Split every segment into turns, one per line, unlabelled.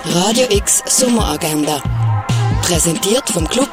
Radio X Sommeragenda. Präsentiert vom Club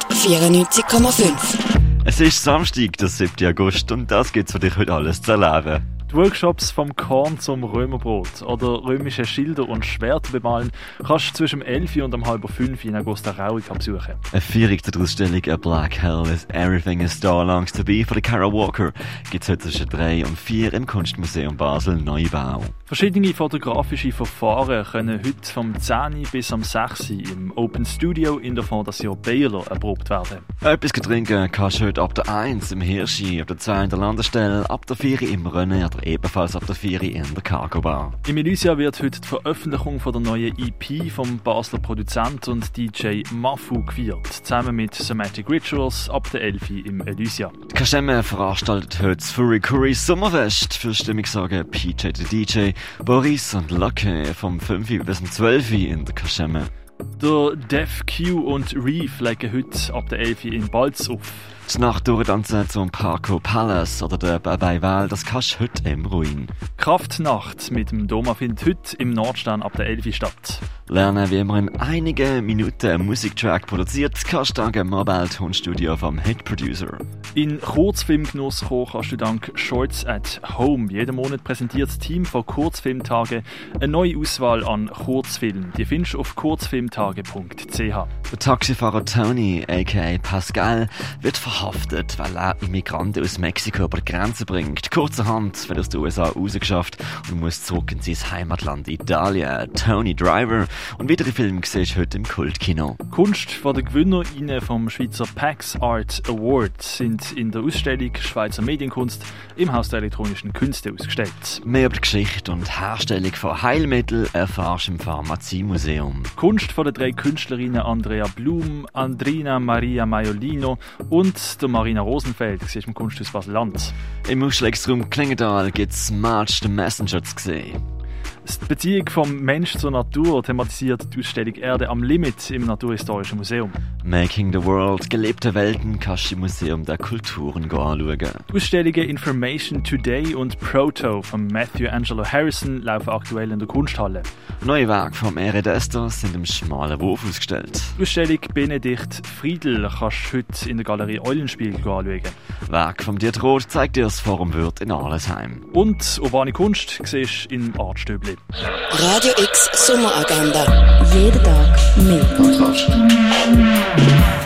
94,5.
Es ist Samstag, der 7. August, und das gibt's für dich heute alles zu erleben.
Die Workshops vom Korn zum Römerbrot oder römische Schilder und Schwerter bemalen kannst du zwischen 11 und 4:30 in Augusta Raurica besuchen.
Eine Führung zur Ausstellung A Black Hell is Everything a Star Longs to Be von Kara Walker gibt's heute zwischen 3 und 4 im Kunstmuseum Basel Neubau.
Verschiedene fotografische Verfahren können heute vom 10 bis am 6 im Open Studio in der Fondation Baylor erprobt werden.
Etwas trinken kannst du heute ab der 1 im Hirschi, ab der 2 in der Landestelle, ab der 4 im Rennen oder ebenfalls ab der 4 in der Cargo Bar.
Im Elysia wird heute die Veröffentlichung von der neuen EP vom Basler Produzent und DJ Mafu gefeiert, zusammen mit Somatic Rituals ab der 11 im Elysia.
Die Kaschemme veranstaltet heute das Furry Curry Sommerfest für Stimmungssagen PJ der DJ, Boris und Locke vom 5 bis zum 12 in der Kaschemme.
Der Def Q und Reef legen heute ab der 11 in Balz auf.
Die Nacht durchtanzen zum Parco Palace oder der Babeival, das kannst du heute im Ruin.
Kraftnacht mit dem Doma findet heute im Nordstern ab der 11 statt.
Lernen, wie man in einigen Minuten einen Musiktrack produziert, kannst du dank dem Mobile Tonstudio vom Hit Producer.
In Kurzfilmgenuss kommen kannst du dank Shorts at Home. Jeden Monat präsentiert das Team von Kurzfilmtage eine neue Auswahl an Kurzfilmen. Die findest du auf kurzfilmtage.ch.
Der Taxifahrer Tony, a.k.a. Pascal, wird verhaftet, weil er Immigranten aus Mexiko über die Grenze bringt. Kurzerhand wird er aus den USA rausgeschafft und muss zurück in sein Heimatland Italien. Tony Driver. Und weitere Filme siehst du heute im Kultkino.
Kunst von den GewinnerInnen vom Schweizer Pax Art Award sind in der Ausstellung Schweizer Medienkunst im Haus der elektronischen Künste ausgestellt.
Mehr über die Geschichte und Herstellung von Heilmitteln erfährst du im Pharmaziemuseum.
Kunst von den 3 Künstlerinnen Andrea Blum, Andrina Maria Maiolino und der Marina Rosenfeld, das ist im Kunsthaus Basel-Land.
Im Ausstellungsraum Klingenthal gibt es March the Messenger zu sehen.
Die Beziehung vom Mensch zur Natur thematisiert die Ausstellung Erde am Limit im Naturhistorischen Museum.
Making the World, gelebte Welten, kannst du im Museum der Kulturen anschauen.
Die Ausstellungen Information Today und Proto von Matthew Angelo Harrison laufen aktuell in der Kunsthalle.
Neue Werke vom Ered Esther sind im Schmalen Wurf ausgestellt.
Die Ausstellung Benedikt Friedl kannst du heute in der Galerie Eulenspiegel anschauen.
Werk vom Dieter Roth zeigt dir das Forum Würth in Arlesheim.
Und urbane Kunst siehst du im Artstöbli.
Radio X Sommeragenda. Jeden Tag mehr.